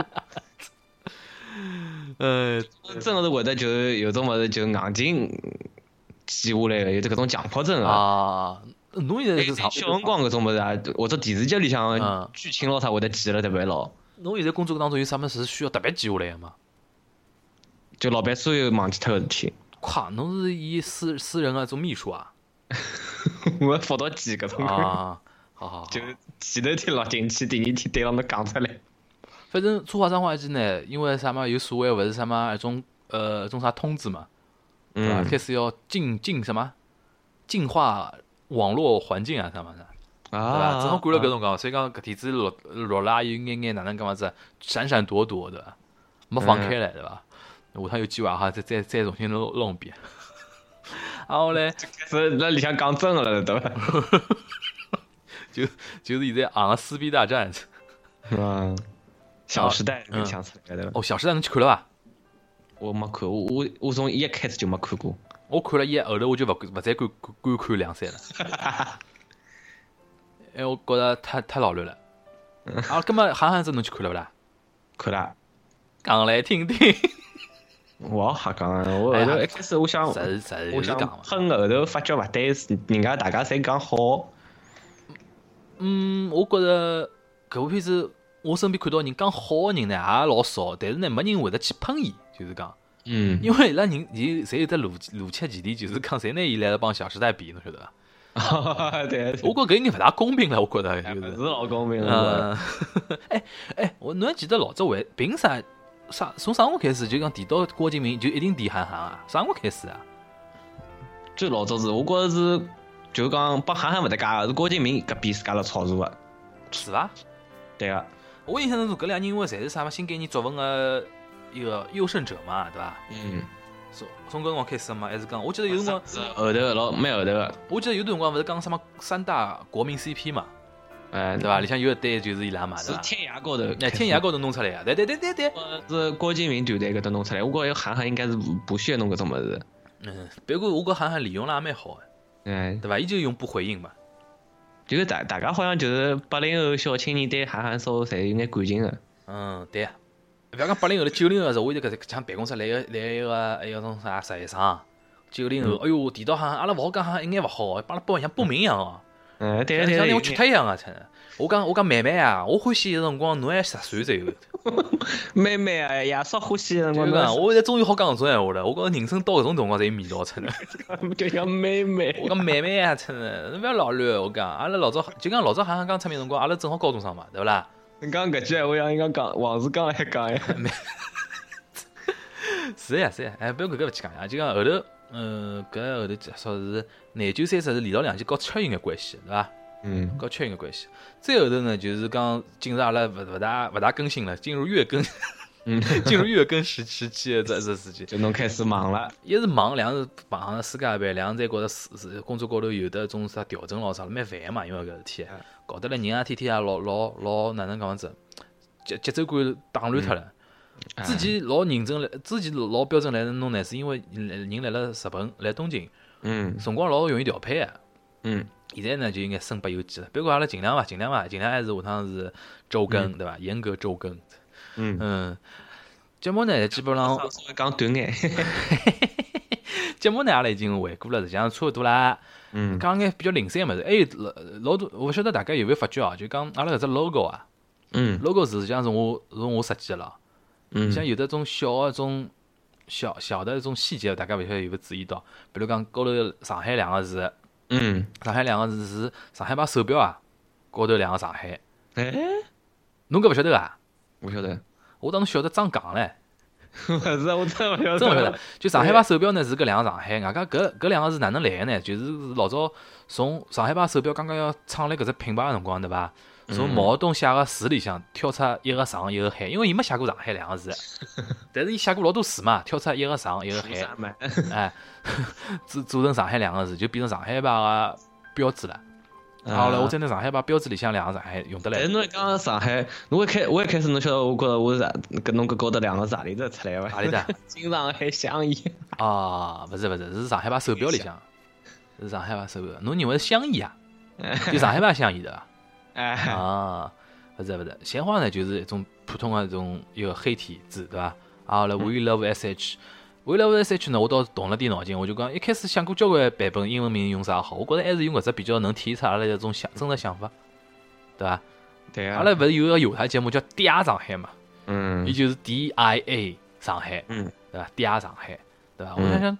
真个是会得就有种物事就硬劲记下来个，有搿种强迫症啊。侬现在是小辰光搿种物事啊，或者电视剧里向剧情咯啥会得记得特别牢。 侬现在工作当中有啥物事需要特别记下来个吗？ 就老板所有忘记脱个事体。 夸侬是以私人个做秘书啊？ 我辅导记搿种啊。好， 就前头天落进去，第二天对牢侬讲出来。 反正粗话脏话机呢，因为啥嘛，有所谓勿是啥嘛，一种啥通知嘛，开始要净化网络环境啊，啥嘛的，对伐？正好赶了搿种讲，所以讲搿天子落啦有眼哪能讲法子，闪闪躲躲的，没放开来，对伐？下趟有机会哈，再重新弄一遍。然后嘞， 是那里向讲真个了，对伐？ 就是现在个撕逼大战， 小时代想出来的。 小时代侬去看了伐？ 我没看，我从一开始就没看过。 我看了一，后头我就勿再敢看2、3了。因为我觉着太老乱了。搿么韩子侬去看了勿啦？ 看了。 讲来听听。 我瞎讲，我后头一开始我想喷，后头发觉勿对，人家大家侪讲好。 我觉着搿部片子，我身边看到人讲好个人呢也老少，但是呢没人会得去喷伊，就是讲，因为伊拉人侪有得逻辑前提，就是讲侪拿伊来帮《小时代》比，侬晓得伐？ 对， 我觉搿应该勿大公平了，我觉着就是老公平了。 侬还记得老早凭啥从啥辰光开始就讲提到郭敬明就一定提韩寒啊？啥辰光开始啊？ 最老早是我觉着是。就讲帮韩寒勿搭界个，是郭敬明搿边自家辣炒作个， 是伐？ 对个。 我印象当中搿两人因为侪是啥嘛新概念作文个一个优胜者嘛，对伐？从搿辰光开始嘛，还是讲我记得有辰光后头蛮后头个。 我记得有段辰光勿是讲什么3大国民 CP 嘛，对伐？里向有一对就是伊拉嘛，对伐？ 是天涯高头， 天涯高头弄出来个，对。 是郭敬明团队搿搭弄出来，我觉着韩寒应该是不屑弄搿种物事。 不过我觉韩寒利用了也蛮好的，对伐？伊就用不回应嘛。 就是大家好像就是80后小青年对韩寒嫂侪有眼感情的。 对啊。勿要讲80后了，90后是，我现在搿像办公室来一个种啥实习生，90后，哎哟，提到韩寒，阿拉勿好讲韩寒一眼勿好，帮阿拉像报名一样哦。 对， 像我缺脱一样啊！真的，我讲妹妹啊，我欢喜个辰光侬还10岁左右。 妹妹啊，爷叔欢喜个辰光。 我现在终于好讲搿种闲话了。我觉着人生到搿种辰光才有味道，真的。 就像妹妹。 我讲妹妹啊，真的，侬勿要老乱。我讲，阿拉老早就讲老早韩寒刚出名辰光，阿拉正好高中生嘛，对勿啦？ 你讲搿句闲话，像应该讲王志刚来讲呀。 是呀，不要搿个勿去讲呀，就讲后头，搿后头介绍是廿九30是李道两季和吃有眼关系，对伐？和吃有眼关系。再后头呢，就是讲进入阿拉勿大更新了，进入月更，进入月更时期的这时期， 就侬开始忙了。 一是忙，两是碰上了世界杯，两是再觉着工作高头有的种啥调整咯啥，蛮烦个嘛，因为搿事体，搞得来人啊天天啊老哪能讲法子，节奏感打乱脱了。之前老认真，之前老标准来弄呢，是因为人来了日本，来东京，辰光老容易调配个。现在呢就应该身不由己了。不过阿拉尽量还是下趟是周更，对伐？严格周更。节目呢基本上稍微讲短眼。 节目呢阿拉已经回顾了，实际上差不多啦。讲眼比较零散个物事，还有老多，我勿晓得大家有没有发觉啊？就讲阿拉搿只 logo 啊，logo 实际上是我设计个咯。像有的种小的种小的种细节，大家勿晓得有没有注意到？比如讲高头上海两个字，上海两个字是上海牌手表啊，高头两个上海。侬搿勿晓得啊？ 勿晓得。 我当时晓得张港唻。 勿是，我真勿晓得。 真勿晓得。就上海牌手表呢是搿两个上海，外加搿两个是哪能来个呢？就是老早从上海牌手表刚刚要创立搿只品牌个辰光，对伐？从毛泽东写个字里向挑出一个上一个海，因为伊没写过上海两个字，但是伊写过老多字嘛，挑出一个上一个海，做成上海两个字，就变成上海牌个标志了。好了，我再拿上海牌标志里向两个上海用得来。 但是侬讲上海，我一开始侬晓得，我觉着我是跟侬搿高头两个是何里只出来个？ 何里只？ 金上海相宜。 勿是，是上海牌手表里向，是上海牌手表。侬认为是相宜啊？就上海牌相宜的。勿是，鲜花呢就是一种普通的一个黑体字，对伐？好了 ，We Love SH，We Love SH 呢，我倒是动了点脑筋，我就讲一开始想过交关版本英文名用啥好，我觉着还是用搿只比较能体现出阿拉一种真的想法，对伐？ 对啊。 阿拉勿是有个有台节目叫《嗲上海》嘛，伊就是 DIA 上海，对伐？嗲上海，对伐？我想，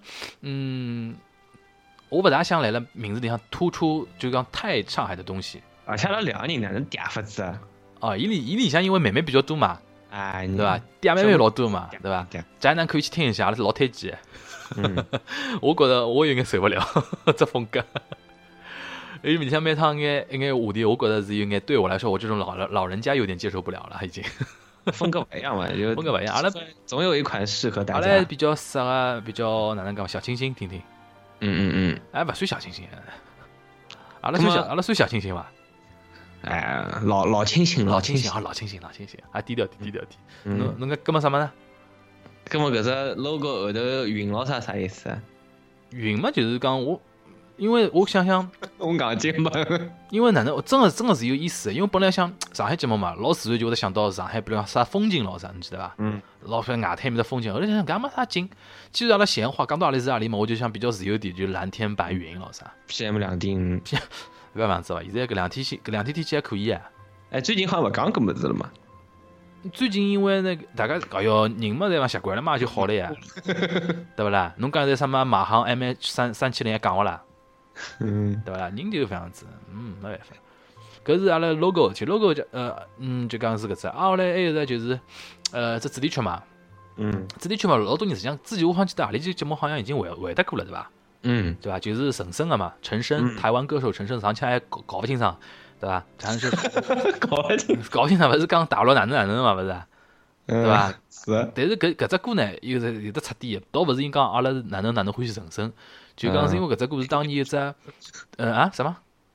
我勿大想来了名字里向突出就讲太上海的东西。 而且阿拉两个人哪能嗲法子啊？ 伊里向因为妹妹比较多嘛，对伐？嗲妹妹老多嘛，对伐？宅男可以去听一下，阿拉是老推荐。我觉着我有眼受不了这风格。因为里向每趟一眼话题，我觉着是有眼对我来说，我这种老人家有点接受不了了，已经。 风格不一样嘛，就风格不一样。阿拉总有一款适合大家。 阿拉比较适合比较哪能讲小清新听听。勿算小清新，阿拉算小清新伐？ 老清新， 老清新，低调点。侬搿么啥么呢？ 搿么搿只 logo 后头云老啥意思啊？ 云嘛就是讲因为我想想， 我硬劲嘛。 因为哪能真的是有意思的，因为本来想上海节目嘛，老自然就会得想到上海，比如讲啥风景老啥，你记得伐？老外滩面的风景，后来想搿没啥劲。既然阿拉闲话讲到何里是何里嘛，我就想比较自由点，就蓝天白云老啥。 PM2.5。 搿样子伐？现在搿两天天气还可以啊。 最近好像勿讲搿物事了嘛。 最近因为那个大家人嘛侪讲习惯了嘛，就好了呀，对勿啦？侬讲在什么马航 MH370还讲勿啦？对勿啦？人就搿样子，没办法。搿是阿拉 logo， 就 logo 就讲是搿只。后来还有个就是这主题曲嘛，主题曲嘛，老多人实际上之前我好像记得何里期节目好像已经回答过了，对伐？对吧？就是陈升的嘛，陈升，台湾歌手陈升，上期还搞不清爽，对吧？好像是搞不清爽，不是讲大陆哪能嘛，不是，对吧？ 是。 但是搿只歌呢，有得出点，倒不是因讲阿拉哪能欢喜陈升，就讲是因为搿只歌是当年有只什么？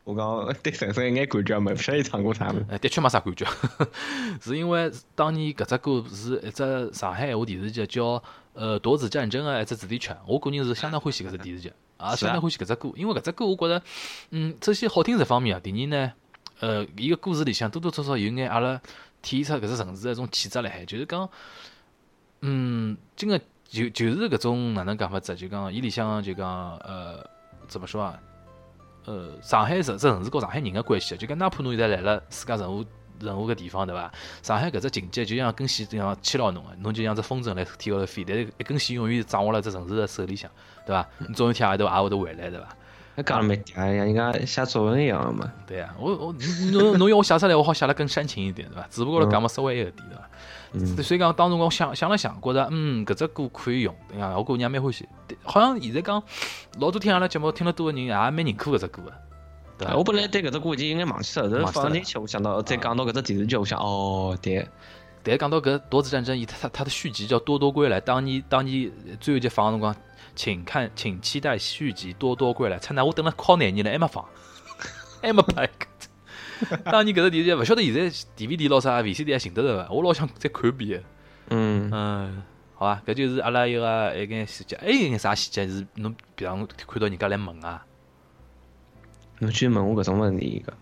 我讲对陈升一眼感觉没，不晓得伊唱过啥么。 的确没啥感觉，是因为当年搿只歌是一只上海话电视剧叫夺子战争的一只主题曲，我个人是相当欢喜搿只电视剧，相当欢喜搿只歌，因为搿只歌我觉着，首先好听是一方面啊，第二呢，伊个歌词里向多多少少有眼阿拉体现出搿只城市的一种气质辣海，就是讲，真个就是搿种哪能讲法子，就讲伊里向就讲怎么说啊？上海这城市和上海人的关系，就讲哪怕侬现在来了自家任何个地方，对伐？上海搿只情节就像一根线这样牵牢侬个，侬就像只风筝辣天高头飞，但是一根线永远掌握辣只城市的手里向，对伐？你总有一天也会得回来，对伐？ 那讲了没点，像人家写作文一样的嘛。 对啊，侬要我写出来，我好写得更煽情一点，对伐？只不过讲嘛稍微一点，对伐？所以讲，当时我想了想，觉着搿只歌可以用，我个人也蛮欢喜。好像现在讲老多听阿拉节目听了多的人也蛮认可搿只歌的，对伐？ 我本来对搿只歌已经有眼忘记了，但是放进去，我想到再讲到搿只电视剧，我想对。 但讲到搿夺子战争，它的续集叫《多多归来》，当年最后一集放的辰光，请期待续集《多多归来》。猜那我等了靠廿年了，还没放，还没拍。当年搿只电视剧，勿晓得现在 DVD 咾啥 VCD 还寻得着伐？我老想再看一遍。好吧，搿就是阿拉一眼细节。还有一眼啥细节是侬平常看到人家来问啊？ 侬居然问我搿种问题个？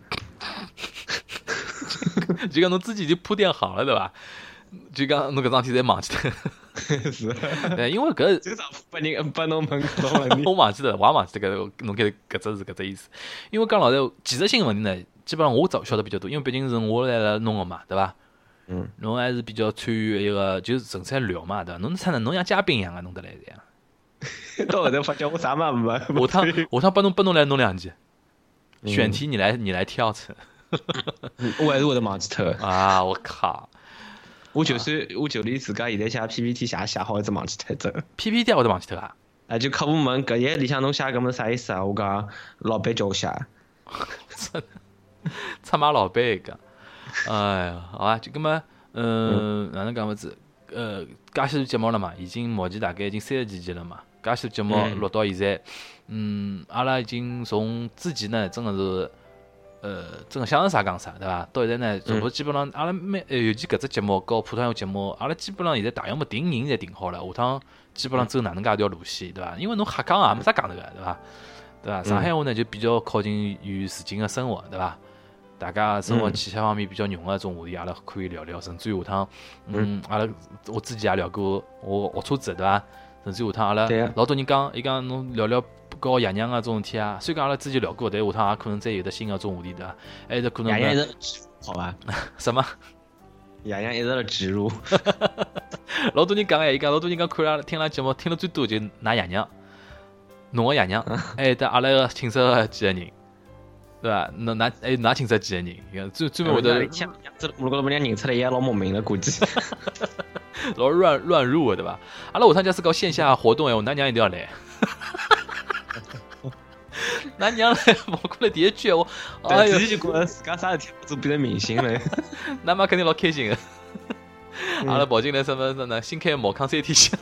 就讲侬之前已经铺垫好了，对伐？就讲侬搿桩事体侪忘记脱。 是。 对，因为搿经常拨侬问搿种问题。 我忘记了，我也忘记了侬搿只意思。因为讲老实，技术性问题呢，基本上我晓得比较多，因为毕竟是我来弄个嘛，对伐？侬还是比较参与一个，就是纯粹聊嘛，对伐？侬侬像嘉宾一样个弄得来这样。 到后头发觉我啥嘛没。 下趟拨侬来弄两集，选题你来挑出。 我还是会得忘记脱啊！我靠！ 我就连自家现在写 PPT 写好，一直忘记脱这。 PPT 我都忘记脱啊！ 就客户问搿页里向侬写搿么啥意思啊？我讲老板叫我写。 出卖老板一个。哎呀，好啊，就搿么，哪能讲法子？介许多节目了嘛，目前大概已经30几集了嘛，介许多节目录到现在，阿拉已经从之前呢，真的是。真个想成啥讲啥，对伐？到现在呢，差不多基本上阿拉尤其搿只节目和普通闲话节目，阿拉基本上现在大项目定人侪定好了，下趟基本上走哪能介一条路线，对伐？因为侬瞎讲也没啥讲头个，对伐？对伐？上海话呢就比较靠近于自己个生活，对伐？大家生活气息方面比较浓个种话题，阿拉可以聊聊，甚至于下趟，阿拉我之前也聊过我学车子，对伐？甚至下趟阿拉老多人讲，伊讲侬聊聊。搞爷娘啊，种事体啊，虽然讲阿拉之前聊过，但下趟也可能再有得新的种话题，对伐？还是可能。 爷娘一直好吧？ 什么？ 爷娘一直辣植入。 老多人讲伊讲老多人讲看阿拉听节目，听了最多就㑚爷娘，侬个爷娘，还有得阿拉个亲戚个几个人，对伐？㑚亲戚几个人？伊讲专门会得。 如果把人家认出来，也老莫名了，估计。 老乱入的，对伐？阿拉下趟假使搞线下活动，㑚娘一定要来。㑚娘来，我过来第一句，我自己就觉着自家啥事体做变成明星了， 㑚妈肯定老开心的。阿拉跑进来什么新开茅坑3天香。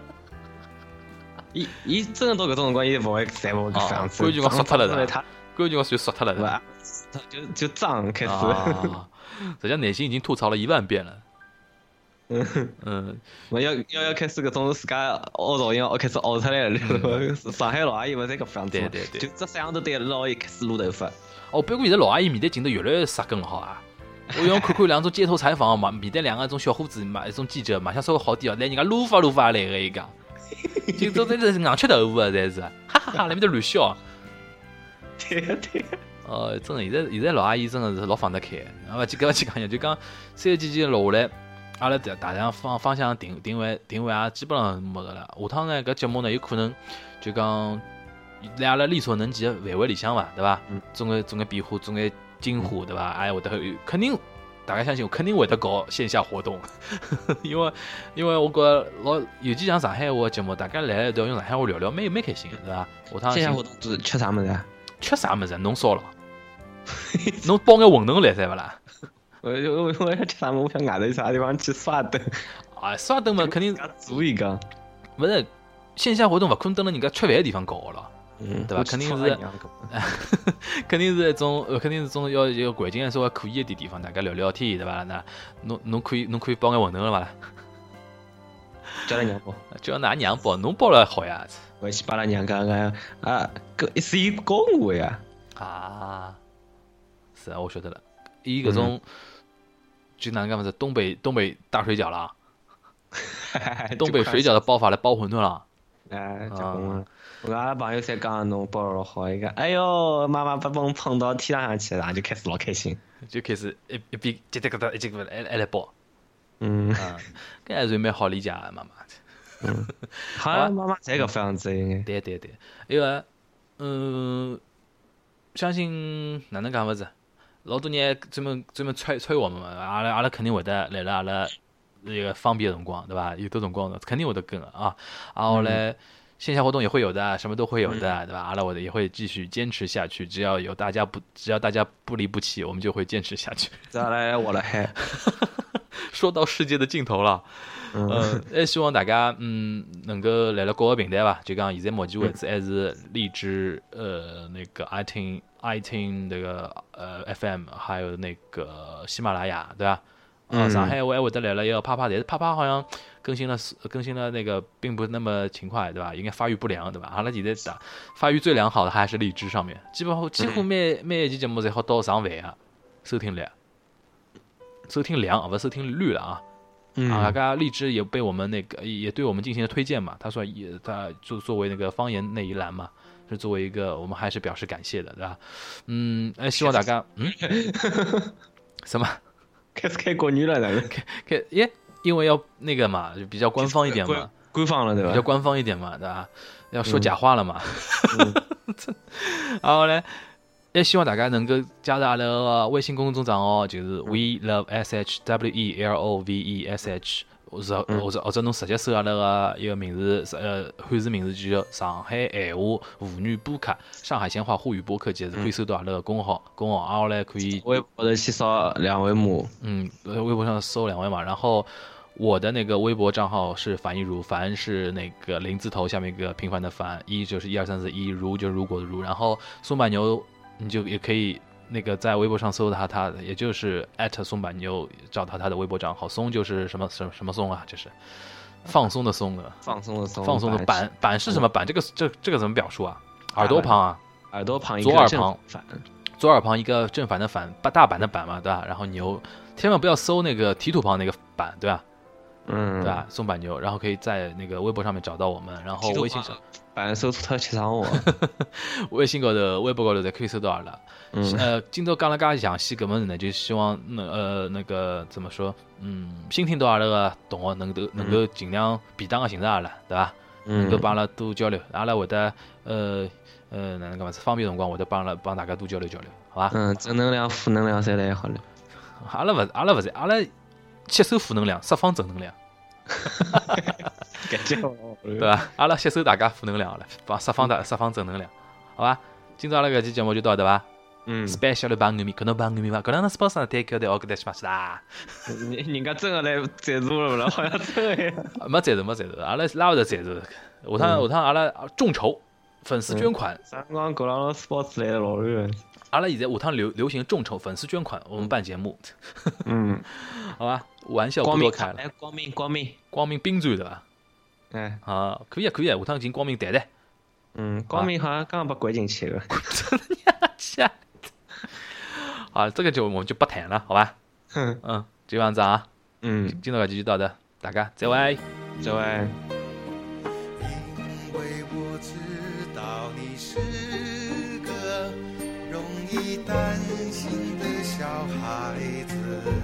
伊真的到搿种辰光，伊勿会再勿会搿样子。 关键我说脱了的，关键我就说脱了的， 就脏开始。 实际上内心已经吐槽了10000遍了。 我要开始搿种自家凹造型，开始凹出来了。上海老阿姨勿是搿副样子， 对， 就只摄像头对牢伊开始撸头发。 不过现在老阿姨面对镜头越来越杀更好啊！我用看两种街头采访嘛，面对两个种小伙子嘛，一种记者嘛，想稍微好点哦，来人家撸发来个伊讲，就都在硬吃豆腐啊，侪是，哈哈哈，那边头乱笑。 对。 真的，现在老阿姨真的是老放得开。勿去讲就讲30几集录下来。阿拉大量方向定位也基本上没个了。下趟呢，搿节目呢有可能就讲在阿拉力所能及的范围里向伐，对伐？总个变化，总个进化，对伐？哎，会得肯定，大家相信我，肯定会得搞线下活动。因为我觉着尤其像上海话节目，大家来都要用上海话聊聊，蛮开心的，对伐？下趟线下活动是吃啥物事啊？ 吃啥物事？侬烧了，侬包眼馄饨来塞勿啦？ 我要吃啥么？我想外头啥地方去刷灯。 刷灯嘛，肯定做一个。 勿是线下活动，勿可能等了人家吃饭的地方搞了。 对吧？肯定是，肯定是一种要一个环境稍微可以一点地方，大家聊聊天，对吧？那侬可以包眼馄饨了伐啦？ 叫㑚娘包， 叫㑚娘包，侬包了好呀。 回去把拉娘讲搿是伊教我个呀。 啊，是啊，我晓得了。伊搿种就哪能讲法子？东北大水饺啦，东北水饺的包法来包馄饨了。 哎，结棍了！我阿拉朋友侪讲侬包老好，伊讲哎哟，妈妈把我捧到天上去，然后就开始老开心， 就开始一边叽叽嘎嘎一叽嘎还来包。搿还算蛮好理解个妈妈。 好像妈妈侪搿副样子应该。 对，因为相信哪能讲法子？老多人专门催我们嘛，阿拉肯定会得来了阿拉这个方便的辰光，对吧？有的辰光肯定会得跟啊。然后嘞，线下活动也会有的，什么都会有的，对吧？阿拉也会继续坚持下去，只要大家不离不弃，我们就会坚持下去。 再来我来， 说到世界的尽头了。还希望大家能够来了各个平台吧，就讲现在目前为止还是荔枝那个 iTunes 那个FM， 还有那个喜马拉雅，对吧？上海我还会得来了一个啪啪，但是啪啪好像更新了那个并不那么勤快，对吧？应该发育不良，对吧？阿拉现在发育最良好的还是荔枝上面，几乎每一期节目侪好到上万啊，收听量不是收听率了啊。刚刚荔枝也被我们也对我们进行了推荐嘛，他说他就作为那个方言那一栏嘛，是作为一个我们还是表示感谢的，对吧？希望大家什么开始开国语了， 因为要那个嘛，就比较官方一点嘛， 官方了对吧？ 比较官方一点嘛，对吧？要说假话了嘛。然后呢，也希望大家能够加入阿拉的微信公众账号，就是 We Love SH WELOVESH， 或者侬直接搜阿拉个一个名字，汉字名字就叫上海闲话沪语播客，上海闲话沪语播客，就是可以搜到阿拉个公号，然后呢可以微博的去扫2维码， 微博上搜2维码，然后我的那个微博账号是樊一茹，樊是那个林字头下面一个平凡的凡，一就是1 2 3 4 1，如就是如果的如，然后松柏牛你就也可以那个在微博上搜他也就是松柏牛，找到他的微博账号，松就是什么松啊，就是放松的松的， 放松的松， 放松的板是什么板？这个怎么表述啊？耳朵旁啊， 耳朵旁一个左耳旁一个正反的反，大阪的阪嘛，对吧？然后牛，千万不要搜那个提土旁那个板，对吧？对吧？松柏牛，然后可以在那个微博上面找到我们，然后微信上板搜出他去上我， 微信高头、微博高头侪可以搜到阿拉。今朝讲了介详细搿么子呢，就希望那个怎么说，新听到阿拉个同学能够尽量便当个寻着阿拉，对吧？能够帮阿拉多交流，阿拉会得哪能讲法子？方便辰光会得帮大家多交流，好吧？ 正能量、负能量侪来好了。 阿拉勿是，阿拉吸收负能量，释放正能量。 感觉对吧？阿拉吸收大家负能量了，释放正能量，好吧？今朝阿拉搿期节目就到对伐？special 的番組、この番組はご覧のスポンサーの提供でお送りしました。 人家真的来赞助了不啦？好像真的呀。 没赞助，阿拉拉勿得赞助。下趟阿拉众筹粉丝捐款。 刚刚过了 sports 来了老热。 阿拉现在下趟流行众筹粉丝捐款，我们办节目。好吧，玩笑不多开了。光明兵转对吧？可以，下趟进光明谈谈。 光明好像刚刚把拐进去了。 真的呀！好，这个我们就不谈了，好吧？就这样子啊。今朝搿期就到这，大家再会。 再会。 因为我知道你是个容易担心的小孩子。